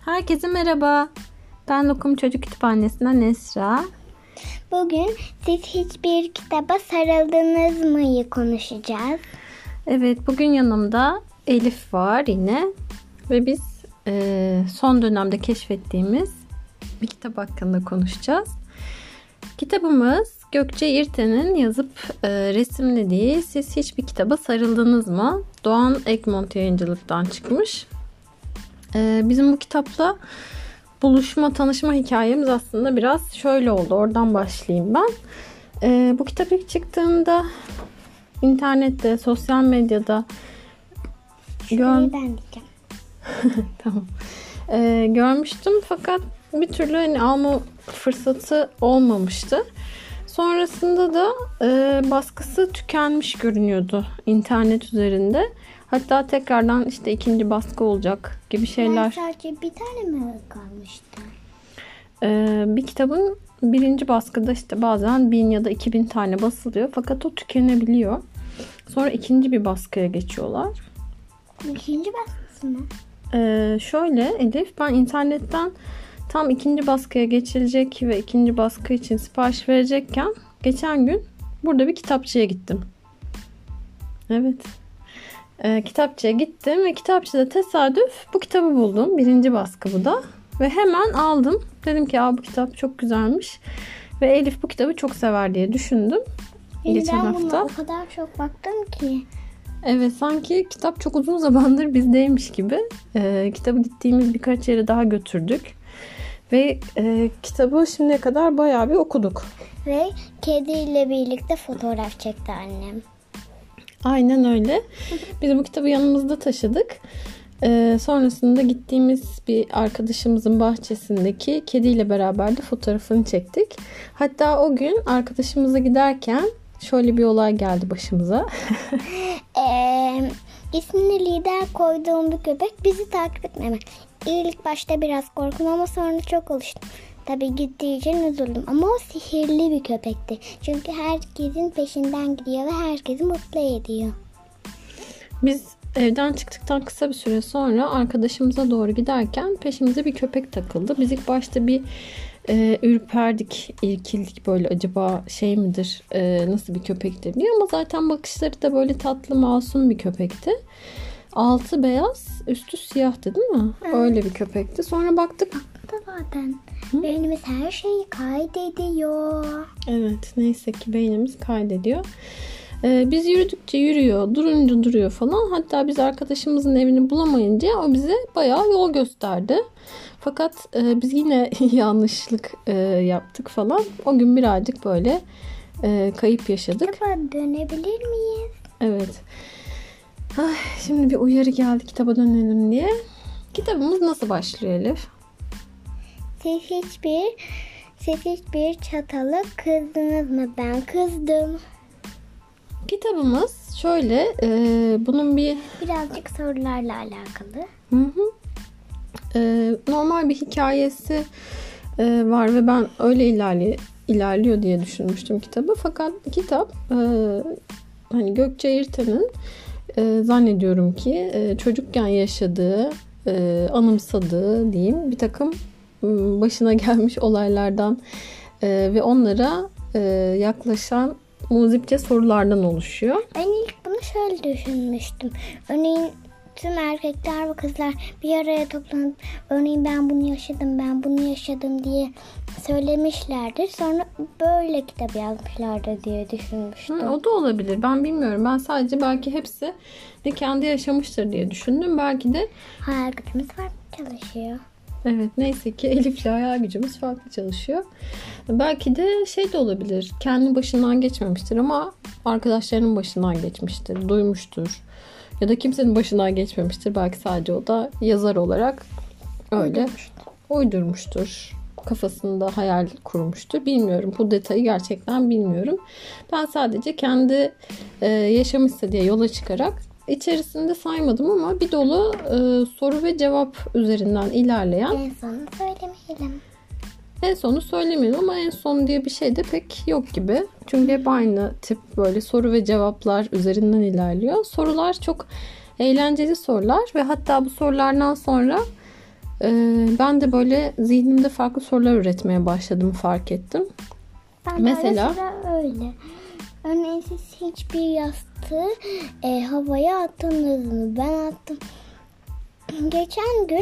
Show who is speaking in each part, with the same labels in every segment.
Speaker 1: Herkese merhaba. Ben Lokum Çocuk Kütüphanesi'nden Nesra.
Speaker 2: Bugün siz hiçbir kitaba sarıldınız mı'yı konuşacağız.
Speaker 1: Evet, bugün yanımda Elif var yine. Ve biz son dönemde keşfettiğimiz bir kitap hakkında konuşacağız. Kitabımız Gökçe İrten'in yazıp resimlediği Siz Hiçbir Kitaba Sarıldınız mı? Doğan Egmont Yayıncılık'tan çıkmış. Bizim bu kitapla tanışma hikayemiz aslında biraz şöyle oldu. Oradan başlayayım ben. Bu kitap ilk çıktığında internette, sosyal medyada
Speaker 2: Ben diyeceğim.
Speaker 1: Tamam. Görmüştüm fakat bir türlü alma fırsatı olmamıştı. Sonrasında da baskısı tükenmiş görünüyordu internet üzerinde. Hatta tekrardan ikinci baskı olacak gibi şeyler.
Speaker 2: Yani sadece bir tane mi kalmıştı?
Speaker 1: Bir kitabın birinci baskıda bazen 1000 ya da 2000 tane basılıyor. Fakat o tükenebiliyor. Sonra ikinci bir baskıya geçiyorlar.
Speaker 2: İkinci baskısı mı?
Speaker 1: Şöyle Elif, ben internetten tam ikinci baskıya geçilecek ve ikinci baskı için sipariş verecekken geçen gün burada bir kitapçıya gittim. Evet. Kitapçıya gittim ve kitapçıda tesadüf bu kitabı buldum. Birinci baskı bu da. Ve hemen aldım. Dedim ki bu kitap çok güzelmiş. Ve Elif bu kitabı çok sever diye düşündüm. Geçen hafta.
Speaker 2: Ben o kadar çok baktım ki.
Speaker 1: Evet, sanki kitap çok uzun zamandır bizdeymiş gibi. Kitabı gittiğimiz birkaç yere daha götürdük. Ve kitabı şimdiye kadar bayağı bir okuduk.
Speaker 2: Ve kediyle birlikte fotoğraf çekti annem.
Speaker 1: Aynen öyle. Biz bu kitabı yanımızda taşıdık. Sonrasında gittiğimiz bir arkadaşımızın bahçesindeki kediyle beraber de fotoğrafını çektik. Hatta o gün arkadaşımıza giderken şöyle bir olay geldi başımıza.
Speaker 2: İsmini Lider koyduğum bir köpek bizi takip etmemek. İlk başta biraz korktum ama sonra çok alıştım. Tabii gittiği için üzüldüm ama o sihirli bir köpekti. Çünkü herkesin peşinden gidiyor ve herkesi mutlu ediyor.
Speaker 1: Biz evden çıktıktan kısa bir süre sonra arkadaşımıza doğru giderken peşimize bir köpek takıldı. Biz ilk başta bir ürperdik, irkildik, böyle acaba şey midir, nasıl bir köpektir diye, ama zaten bakışları da böyle tatlı, masum bir köpekti. Altı beyaz, üstü siyahtı değil mi? Evet. Öyle bir köpekti. Sonra baktık.
Speaker 2: Zaten beynimiz her şeyi kaydediyor.
Speaker 1: Evet, neyse ki beynimiz kaydediyor. Biz yürüdükçe yürüyor, durunca duruyor falan. Hatta biz arkadaşımızın evini bulamayınca o bize bayağı yol gösterdi. Fakat biz yine yanlışlık yaptık falan. O gün birazcık böyle kayıp yaşadık.
Speaker 2: Kitaba dönebilir miyiz?
Speaker 1: Evet. Şimdi bir uyarı geldi kitaba dönelim diye. Kitabımız nasıl başlıyor Elif?
Speaker 2: Siz hiçbir çatalı kızdınız mı? Ben kızdım.
Speaker 1: Kitabımız şöyle, bunun
Speaker 2: birazcık sorularla alakalı.
Speaker 1: Normal bir hikayesi var ve ben öyle ilerliyor diye düşünmüştüm kitabı. Fakat kitap hani Gökçe İrten'in zannediyorum ki çocukken yaşadığı, anımsadığı diyeyim bir takım başına gelmiş olaylardan ve onlara yaklaşan muzipçe sorulardan oluşuyor.
Speaker 2: Ben ilk bunu şöyle düşünmüştüm. Örneğin tüm erkekler ve kızlar bir araya toplanıp örneğin ben bunu yaşadım diye söylemişlerdir. Sonra böyle kitap yazmışlardır diye düşünmüştüm.
Speaker 1: O da olabilir. Ben bilmiyorum. Ben sadece belki hepsi de kendi yaşamıştır diye düşündüm. Belki de
Speaker 2: hayal gücümüz farklı çalışıyor.
Speaker 1: Evet, neyse ki Elif'le hayal gücümüz farklı çalışıyor. Belki de şey de olabilir. Kendi başından geçmemiştir ama arkadaşlarının başından geçmiştir. Duymuştur. Ya da kimsenin başından geçmemiştir. Belki sadece o da yazar olarak öyle uydurmuştur. Kafasında hayal kurmuştur. Bilmiyorum. Bu detayı gerçekten bilmiyorum. Ben sadece kendi yaşamışsa diye yola çıkarak İçerisinde saymadım ama bir dolu soru ve cevap üzerinden ilerleyen. En sonu söylemeyelim ama en son diye bir şey de pek yok gibi. Çünkü hep aynı tip böyle soru ve cevaplar üzerinden ilerliyor. Sorular çok eğlenceli sorular ve hatta bu sorulardan sonra Ben de böyle zihnimde farklı sorular üretmeye başladım, fark ettim.
Speaker 2: Ben mesela öyle. Örneğin siz hiçbir yastığı havaya attınız mı? Ben attım. Geçen gün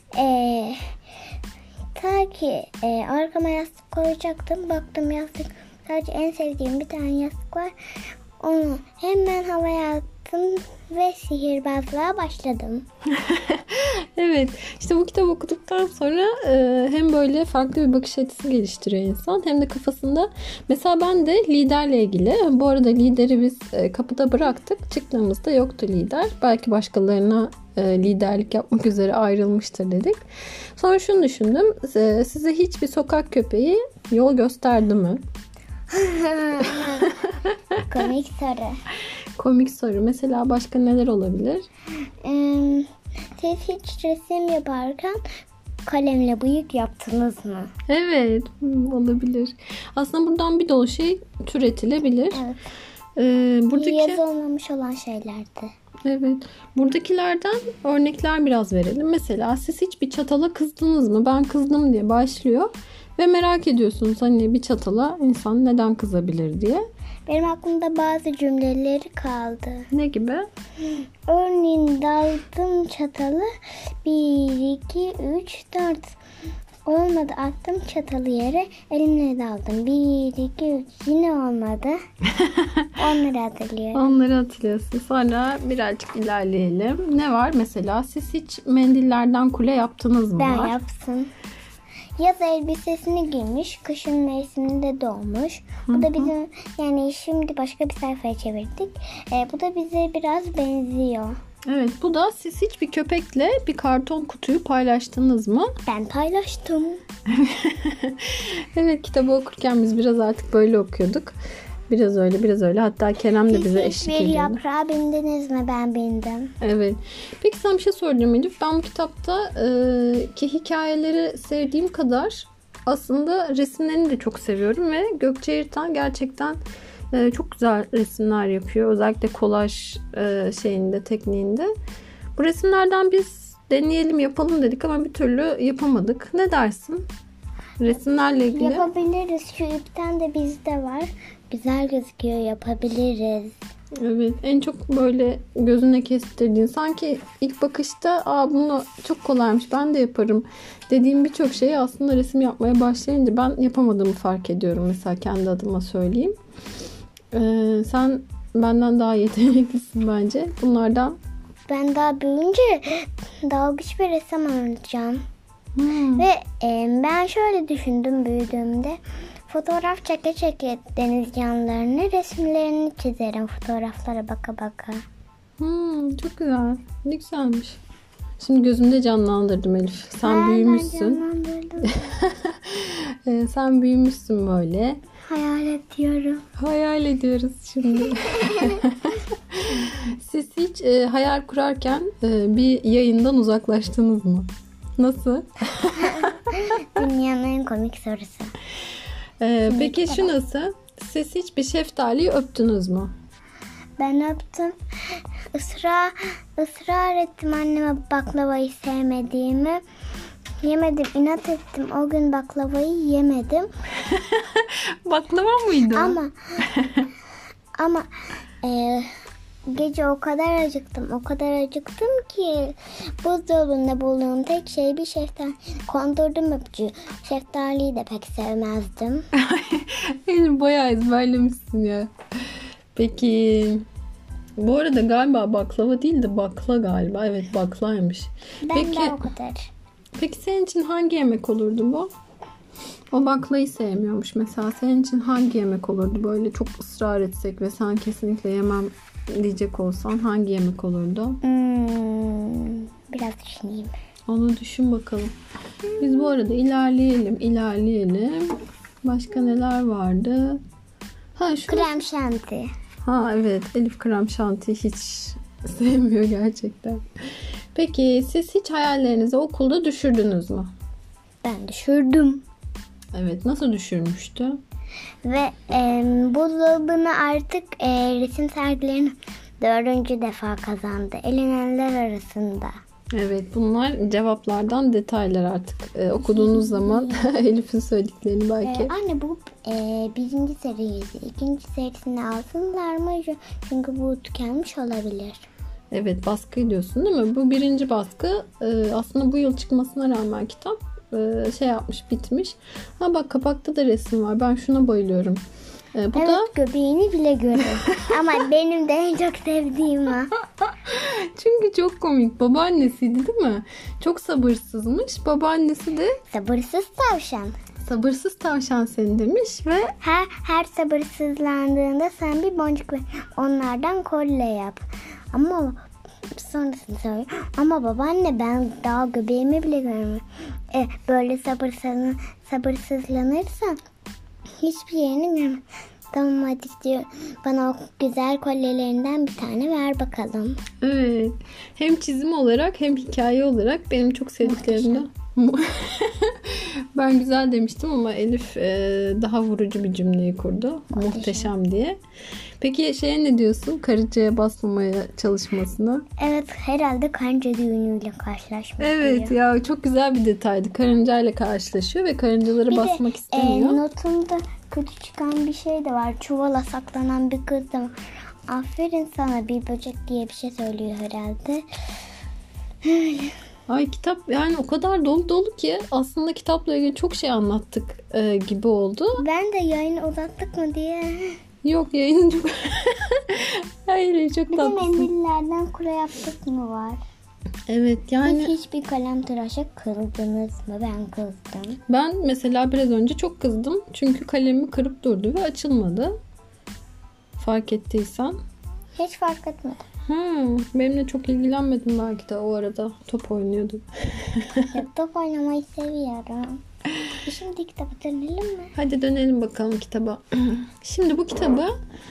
Speaker 2: ta ki arkama yastık koyacaktım. Baktım yastık, sadece en sevdiğim bir tane yastık var. Onu hemen havaya attım ve sihirbazlığa başladım.
Speaker 1: Evet, işte bu kitabı okuduktan sonra hem böyle farklı bir bakış açısı geliştiriyor insan, hem de kafasında, mesela ben de liderle ilgili, bu arada lideri biz kapıda bıraktık, çıktığımızda yoktu lider, belki başkalarına liderlik yapmak üzere ayrılmıştır dedik. Sonra şunu düşündüm, size hiçbir sokak köpeği yol gösterdi mi?
Speaker 2: Komik soru.
Speaker 1: Komik soru. Mesela başka neler olabilir?
Speaker 2: Siz hiç resim yaparken kalemle bıyık yaptınız mı?
Speaker 1: Evet, olabilir. Aslında buradan bir dolu şey türetilebilir.
Speaker 2: Evet. Yazılmamış olan şeylerdi.
Speaker 1: Evet. Buradakilerden örnekler biraz verelim. Mesela siz hiç bir çatala kızdınız mı? Ben kızdım diye başlıyor. Ve merak ediyorsunuz hani bir çatala insan neden kızabilir diye.
Speaker 2: Benim aklımda bazı cümleleri kaldı.
Speaker 1: Ne gibi?
Speaker 2: Örneğin daldım çatalı 1, 2, 3, 4. Olmadı, attım çatalı yere, elimle daldım 1, 2, 3. Yine olmadı. Onları hatırlıyorum.
Speaker 1: Onları hatırlıyorsun. Sonra birazcık ilerleyelim. Ne var mesela? Siz hiç mendillerden kule yaptınız mı?
Speaker 2: Ben yaptım. Yaz elbisesini giymiş, kışın mevsiminde doğmuş. Bu da bizim, yani şimdi başka bir sayfaya çevirdik. Bu da bize biraz benziyor.
Speaker 1: Evet, bu da siz hiç bir köpekle bir karton kutuyu paylaştınız mı?
Speaker 2: Ben paylaştım.
Speaker 1: Evet, kitabı okurken biz biraz artık böyle okuyorduk. Biraz öyle, biraz öyle. Hatta Kerem de bize eşlik ediyordu.
Speaker 2: Bir yaprağa bindiniz mi? Ben bindim.
Speaker 1: Evet. Peki sana bir şey soracağım Elif. Ben bu kitapta ki hikayeleri sevdiğim kadar aslında resimlerini de çok seviyorum ve Gökçe Yırtan gerçekten çok güzel resimler yapıyor. Özellikle kolaj tekniğinde. Bu resimlerden biz deneyelim, yapalım dedik ama bir türlü yapamadık. Ne dersin? Resimlerle ilgili.
Speaker 2: Yapabiliriz. Şu ipten de bizde var. Güzel gözüküyor. Yapabiliriz.
Speaker 1: Evet. En çok böyle gözüne kestirdiğin, sanki ilk bakışta bunu çok kolaymış, ben de yaparım dediğim birçok şeyi aslında resim yapmaya başlayınca ben yapamadığımı fark ediyorum. Mesela kendi adıma söyleyeyim. Sen benden daha yeteneklisin bence. Bunlardan.
Speaker 2: Ben daha büyüyünce daha güçlü bir ressam olacağım. Ve ben şöyle düşündüm büyüdüğümde. Fotoğraf çeke çeke deniz canlılarını, resimlerini çizerim fotoğraflara baka baka.
Speaker 1: Çok güzel. Ne güzelmiş. Şimdi gözümde canlandırdım Elif. Sen büyümüşsün.
Speaker 2: Ben canlandırdım.
Speaker 1: Sen büyümüşsün böyle.
Speaker 2: Hayal ediyorum.
Speaker 1: Hayal ediyoruz şimdi. Siz hiç hayal kurarken bir yayından uzaklaştınız mı? Nasıl?
Speaker 2: Dünyanın en komik sorusu.
Speaker 1: Peki şu nasıl? Siz hiç bir şeftaliyi öptünüz mü?
Speaker 2: Ben öptüm. Israr ettim anneme baklavayı sevmediğimi. Yemedim. İnat ettim. O gün baklavayı yemedim.
Speaker 1: Baklava mıydı?
Speaker 2: Ama gece o kadar acıktım ki buzdolabında bulduğum tek şey bir şeftali. Kondurdum öpücüğü. Şeftaliyi de pek sevmezdim.
Speaker 1: Bayağı ezberlemişsin ya. Peki bu arada galiba baklava değil de bakla galiba. Evet, baklaymış.
Speaker 2: Ben de o kadar.
Speaker 1: Peki senin için hangi yemek olurdu bu? O baklayı sevmiyormuş mesela. Senin için hangi yemek olurdu? Böyle çok ısrar etsek ve sen kesinlikle yemem diyecek olsan hangi yemek olurdu?
Speaker 2: Biraz düşüneyim.
Speaker 1: Onu düşün bakalım. Biz bu arada ilerleyelim. Başka neler vardı?
Speaker 2: Krem şanti.
Speaker 1: Evet, Elif krem şanti hiç sevmiyor gerçekten. Peki siz hiç hayallerinizi okulda düşürdünüz mü?
Speaker 2: Ben düşürdüm.
Speaker 1: Evet, nasıl düşürmüştü?
Speaker 2: Ve buzdolabını artık resim sergilerini 4. defa kazandı. Elenenler arasında.
Speaker 1: Evet, bunlar cevaplardan detaylar artık. Okuduğunuz zaman Elif'in söylediklerini belki.
Speaker 2: Anne bu birinci serisi. İkinci serisini alsınlar mı? Çünkü bu tükenmiş olabilir.
Speaker 1: Evet, baskı diyorsun değil mi? Bu birinci baskı. Aslında bu yıl çıkmasına rağmen kitap şey yapmış, bitmiş. Ha bak, kapakta da resim var. Ben şuna bayılıyorum. Bu
Speaker 2: evet,
Speaker 1: da
Speaker 2: göbeğini bile görür. Ama benim de en çok sevdiğim o.
Speaker 1: çünkü çok komik. Babaannesiydi değil mi? Çok sabırsızmış. Babaannesi de
Speaker 2: Sabırsız tavşan.
Speaker 1: sabırsız tavşan seni demiş ve
Speaker 2: Her sabırsızlandığında sen bir boncuk ver. Onlardan kolye yap. Ama sonrasını söylüyor. Ama babaanne ben daha göbeğimi bile görmüyorum. Böyle sabırsızlanırsan hiçbir yerini görmem. Tamam hadi diyor. Bana o güzel kolyelerinden bir tane ver bakalım.
Speaker 1: evet, hem çizim olarak hem hikaye olarak benim çok sevdiklerimden. Ben güzel demiştim ama Elif daha vurucu bir cümleyi kurdu. Muhteşem diye. Peki şeye ne diyorsun? Karıncaya basmamaya çalışmasına.
Speaker 2: Evet, herhalde karınca düğünüyle karşılaşmış.
Speaker 1: Evet ya, çok güzel bir detaydı. Karıncayla karşılaşıyor ve karıncaları basmak istemiyor.
Speaker 2: Notumda kötü çıkan bir şey de var. Çuvala saklanan bir kız da var. Aferin sana bir böcek diye bir şey söylüyor herhalde.
Speaker 1: Ay, kitap yani o kadar dolu dolu ki aslında kitapla ilgili çok şey anlattık gibi oldu.
Speaker 2: Ben de yayını uzattık mı diye.
Speaker 1: Yok, yayının çok hayır, çok
Speaker 2: Bir de
Speaker 1: tatlısın.
Speaker 2: mendillerden kure yaptık mı var?
Speaker 1: Evet yani
Speaker 2: Hiçbir kalem tıraşa kızdınız mı? Ben kızdım.
Speaker 1: ben mesela biraz önce çok kızdım. Çünkü kalemimi kırıp durdu ve açılmadı. Fark ettiysen.
Speaker 2: Hiç fark etmedim.
Speaker 1: Benimle çok ilgilenmedim belki de o arada. Top oynuyordum.
Speaker 2: Top oynamayı seviyorum. Şimdi kitaba dönelim mi?
Speaker 1: Hadi dönelim bakalım kitaba. Şimdi bu kitabı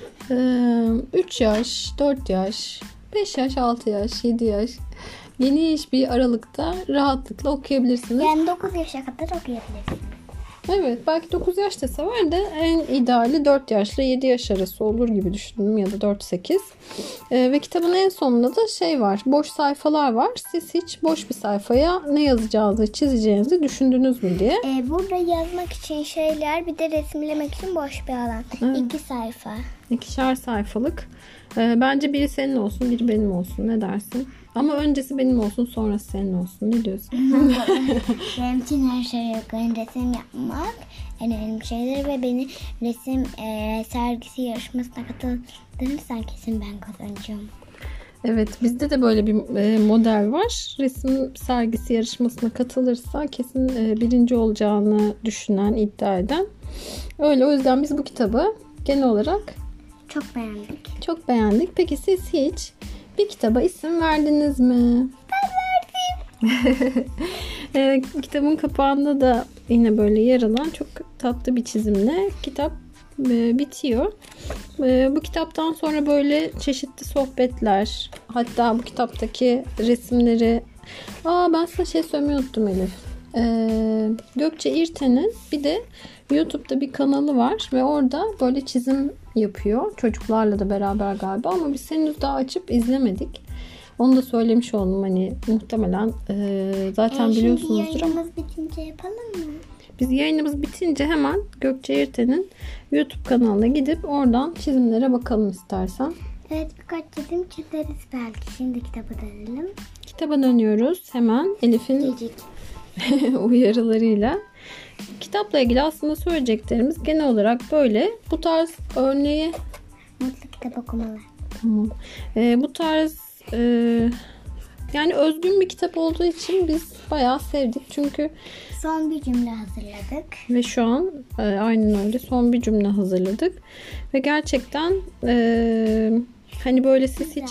Speaker 1: 3 yaş, 4 yaş, 5 yaş, 6 yaş, 7 yaş geniş bir aralıkta rahatlıkla okuyabilirsiniz.
Speaker 2: Yani 9 yaşa kadar okuyabilirsiniz.
Speaker 1: Evet, belki 9 yaş da sever de en ideali 4 yaşla 7 yaş arası olur gibi düşündüm, ya da 4-8. Ve kitabın en sonunda da şey var, boş sayfalar var. Siz hiç boş bir sayfaya ne yazacağınızı, çizeceğinizi düşündünüz mü diye.
Speaker 2: Burada yazmak için şeyler, bir de resimlemek için boş bir alan.
Speaker 1: Evet.
Speaker 2: 2 sayfa.
Speaker 1: 2'şer sayfalık. Bence biri senin olsun, biri benim olsun. Ne dersin? Ama öncesi benim olsun, sonrası senin olsun. Ne diyorsun?
Speaker 2: Benim için her şeye yakın resim yapmak en önemli şeyler ve beni resim sergisi yarışmasına katılırsan kesin ben kazanacağım.
Speaker 1: Evet, bizde de böyle bir model var. Resim sergisi yarışmasına katılırsa kesin birinci olacağını düşünen, iddia eden. Öyle, o yüzden biz bu kitabı genel olarak
Speaker 2: çok beğendik.
Speaker 1: Çok beğendik. Peki siz hiç bir kitaba isim verdiniz mi?
Speaker 2: Ben verdim.
Speaker 1: Kitabın kapağında da yine böyle yer alan çok tatlı bir çizimle kitap bitiyor. Bu kitaptan sonra böyle çeşitli sohbetler, hatta bu kitaptaki resimleri... ben sana şey söylemeyi unuttum Elif. Gökçe İrten'in bir de YouTube'da bir kanalı var ve orada böyle çizim yapıyor. Çocuklarla da beraber galiba, ama biz henüz daha açıp izlemedik. Onu da söylemiş oldum, hani muhtemelen zaten biliyorsunuzdur ama.
Speaker 2: Yayınımız bitince yapalım mı?
Speaker 1: Biz yayınımız bitince hemen Gökçe İrten'in YouTube kanalına gidip oradan çizimlere bakalım istersen.
Speaker 2: Evet, birkaç çizim çizeriz belki. Şimdi kitaba dönelim.
Speaker 1: Kitaba dönüyoruz hemen Elif'in uyarılarıyla. Kitapla ilgili aslında söyleyeceklerimiz genel olarak böyle. Bu tarz örneği...
Speaker 2: Mutlu kitap okumalar.
Speaker 1: Tamam. Bu tarz yani özgün bir kitap olduğu için biz bayağı sevdik. Çünkü
Speaker 2: son bir cümle hazırladık.
Speaker 1: Ve şu an aynen öyle son bir cümle hazırladık. Ve gerçekten hani böyle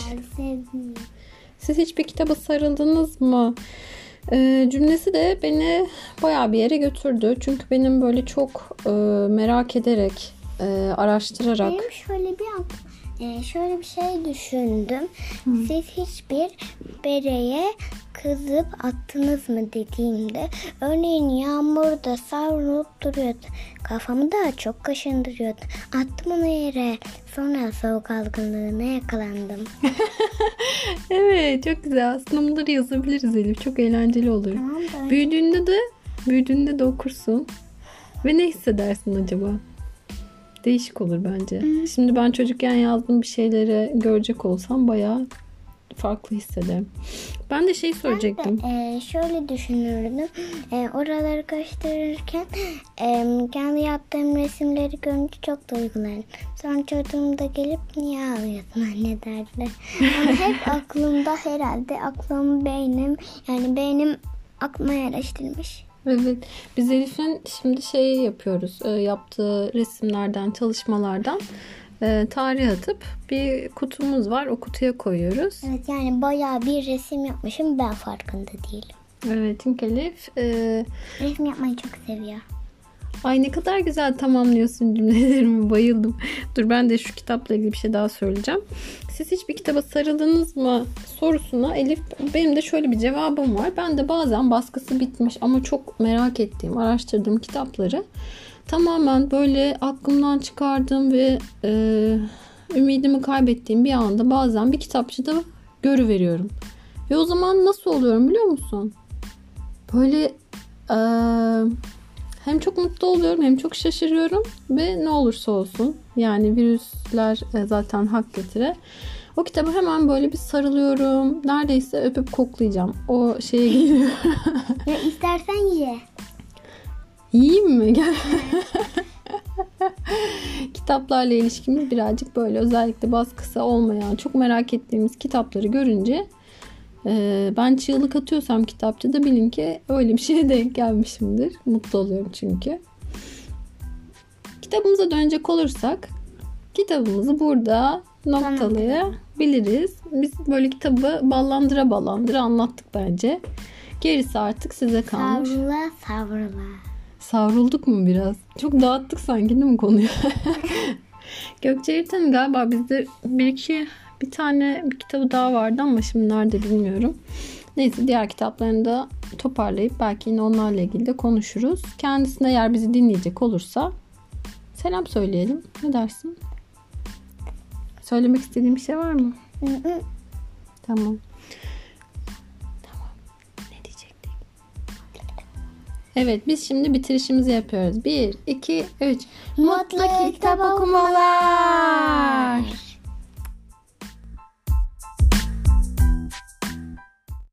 Speaker 1: siz hiç bir kitaba sarıldınız mı? Cümlesi de beni bayağı bir yere götürdü. Çünkü benim böyle çok merak ederek araştırarak.
Speaker 2: Benim şöyle bir şey düşündüm. Siz hiçbir bereye kızıp attınız mı dediğimde, örneğin yağmurda savrulup duruyordu. Kafamı daha çok kaşındırıyordu. Attım onu yere. Sonra soğuk algınlığına yakalandım.
Speaker 1: Evet, çok güzel. Aslında bunları yazabiliriz Elif. Çok eğlenceli olur.
Speaker 2: Tamam da.
Speaker 1: Büyüdüğünde de okursun. Ve ne hissedersin acaba? Değişik olur bence. Şimdi ben çocukken yazdığım bir şeyleri görecek olsam bayağı farklı hissederim. Ben de şey soracaktım.
Speaker 2: Şöyle düşünürdüm. Oraları karıştırırken kendi yaptığım resimleri görünce çok duygulanırdım. Sonra çocuğum da gelip niye ağlıyorsun anne derdi. Ama hep aklımda herhalde. Beynim aklıma yerleştirmiş.
Speaker 1: Evet. Biz Elif'in şimdi şey yapıyoruz. Yaptığı resimlerden, çalışmalardan tarih atıp bir kutumuz var. O kutuya koyuyoruz.
Speaker 2: Evet, yani bayağı bir resim yapmışım. Ben farkında değilim.
Speaker 1: Evet, çünkü Elif
Speaker 2: Resim yapmayı çok seviyor.
Speaker 1: ay ne kadar güzel tamamlıyorsun cümlelerimi. Bayıldım. Dur, ben de şu kitapla ilgili bir şey daha söyleyeceğim. Siz hiç bir kitaba sarıldınız mı sorusuna Elif, benim de şöyle bir cevabım var. Ben de bazen baskısı bitmiş ama çok merak ettiğim, araştırdığım kitapları tamamen böyle aklımdan çıkardığım ve ümidimi kaybettiğim bir anda bazen bir kitapçıda görüveriyorum. Ve o zaman nasıl oluyorum biliyor musun? Böyle hem çok mutlu oluyorum hem çok şaşırıyorum ve ne olursa olsun, yani virüsler zaten hak getire. O kitabı hemen böyle bir sarılıyorum. Neredeyse öpüp koklayacağım. O şeye geliyor.
Speaker 2: Ya istersen ye.
Speaker 1: Yiyeyim mi? Gel. Kitaplarla ilişkimiz birazcık böyle, özellikle baskısı olmayan, çok merak ettiğimiz kitapları görünce ben çığlık atıyorsam kitapçıda bilin ki öyle bir şeye denk gelmişimdir. Mutlu oluyorum çünkü. Kitabımıza dönecek olursak, kitabımızı burada noktalayabiliriz. Biz böyle kitabı ballandıra anlattık bence. Gerisi artık size kalmış.
Speaker 2: Savrula.
Speaker 1: Savrulduk mu biraz? Çok dağıttık sanki değil mi konuyu? Gökçe Eriten'in galiba bizde bir tane kitabı daha vardı ama şimdi nerede bilmiyorum. Neyse, diğer kitaplarını da toparlayıp belki yine onlarla ilgili de konuşuruz. Kendisine, eğer bizi dinleyecek olursa selam söyleyelim. Ne dersin? Söylemek istediğin bir şey var mı? Tamam. Ne diyecektik? Evet, biz şimdi bitirişimizi yapıyoruz. 1, 2, 3. Mutlu kitap okumalar.